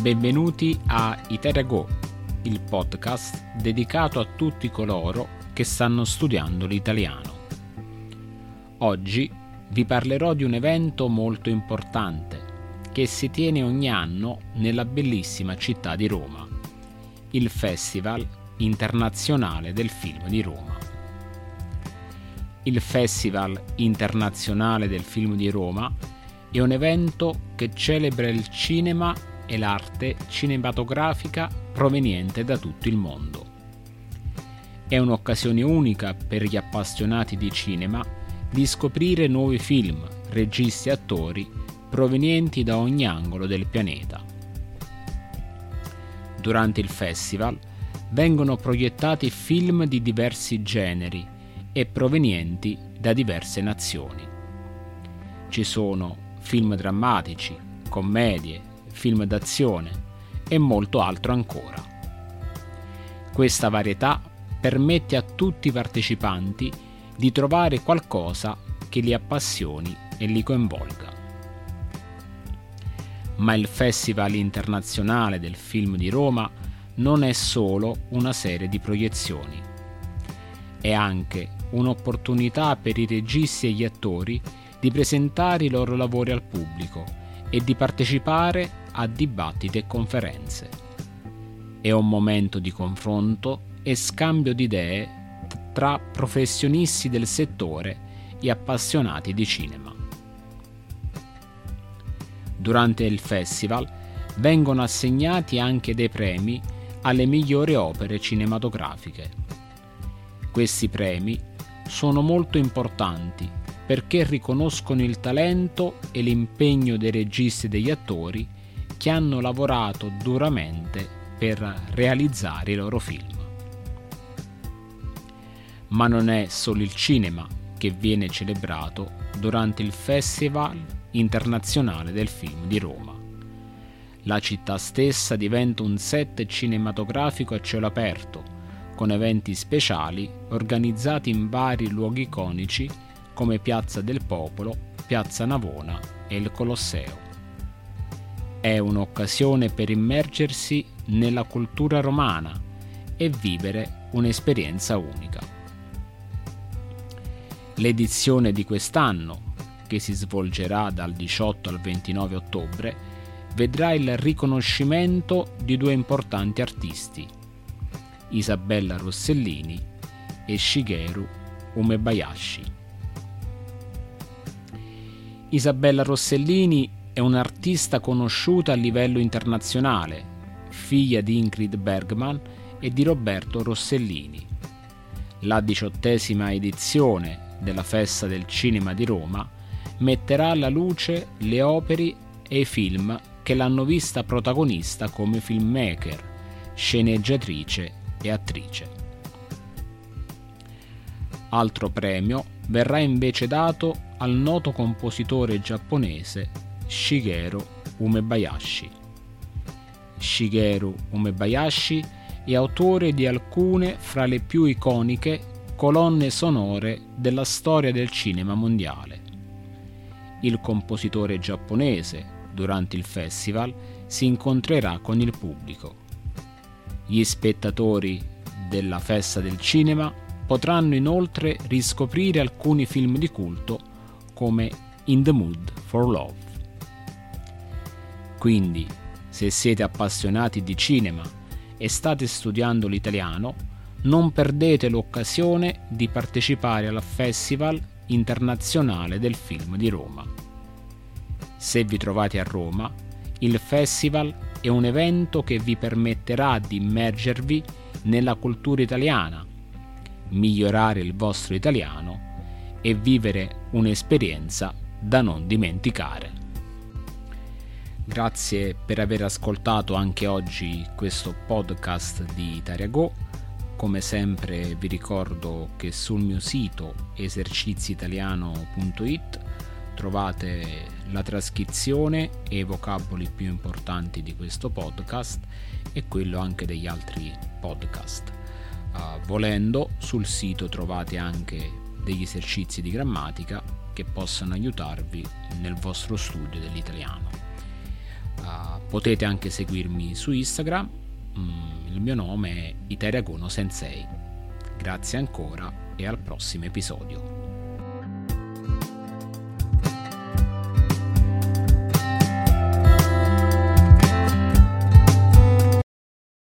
Benvenuti a Italia Go, il podcast dedicato a tutti coloro che stanno studiando l'italiano. Oggi vi parlerò di un evento molto importante che si tiene ogni anno nella bellissima città di Roma, il Festival Internazionale del Film di Roma. Il Festival Internazionale del Film di Roma è un evento che celebra il cinema e l'arte cinematografica proveniente da tutto il mondo. È un'occasione unica per gli appassionati di cinema di scoprire nuovi film, registi e attori provenienti da ogni angolo del pianeta. Durante il festival vengono proiettati film di diversi generi e provenienti da diverse nazioni. Ci sono film drammatici, commedie, film d'azione e molto altro ancora. Questa varietà permette a tutti i partecipanti di trovare qualcosa che li appassioni e li coinvolga. Ma il Festival Internazionale del Film di Roma non è solo una serie di proiezioni. È anche un'opportunità per i registi e gli attori di presentare i loro lavori al pubblico e di partecipare a dibattiti e conferenze. È un momento di confronto e scambio di idee tra professionisti del settore e appassionati di cinema. Durante il festival vengono assegnati anche dei premi alle migliori opere cinematografiche. Questi premi sono molto importanti perché riconoscono il talento e l'impegno dei registi e degli attori che hanno lavorato duramente per realizzare i loro film. Ma non è solo il cinema che viene celebrato durante il Festival Internazionale del Film di Roma. La città stessa diventa un set cinematografico a cielo aperto, con eventi speciali organizzati in vari luoghi iconici come Piazza del Popolo, Piazza Navona e il Colosseo. È un'occasione per immergersi nella cultura romana e vivere un'esperienza unica. L'edizione di quest'anno, che si svolgerà dal 18 al 29 ottobre, vedrà il riconoscimento di due importanti artisti, Isabella Rossellini e Shigeru Umebayashi. Isabella Rossellini è un'artista conosciuta a livello internazionale, figlia di Ingrid Bergman e di Roberto Rossellini. La 18ª edizione della Festa del Cinema di Roma metterà alla luce le opere e i film che l'hanno vista protagonista come filmmaker, sceneggiatrice e attrice. Altro premio verrà invece dato al noto compositore giapponese Shigeru Umebayashi. Shigeru Umebayashi è autore di alcune fra le più iconiche colonne sonore della storia del cinema mondiale. Il compositore giapponese, durante il festival, si incontrerà con il pubblico. Gli spettatori della Festa del Cinema potranno inoltre riscoprire alcuni film di culto come In the Mood for Love. Quindi, se siete appassionati di cinema e state studiando l'italiano, non perdete l'occasione di partecipare al Festival Internazionale del Film di Roma. Se vi trovate a Roma, il festival è un evento che vi permetterà di immergervi nella cultura italiana, migliorare il vostro italiano e vivere un'esperienza da non dimenticare. Grazie per aver ascoltato anche oggi questo podcast di Italia Go. Come sempre vi ricordo che sul mio sito eserciziitaliano.it trovate la trascrizione e i vocaboli più importanti di questo podcast e quello anche degli altri podcast. Volendo, sul sito trovate anche degli esercizi di grammatica che possano aiutarvi nel vostro studio dell'italiano. Potete anche seguirmi su Instagram, il mio nome è Iteragono Sensei. Grazie ancora e al prossimo episodio.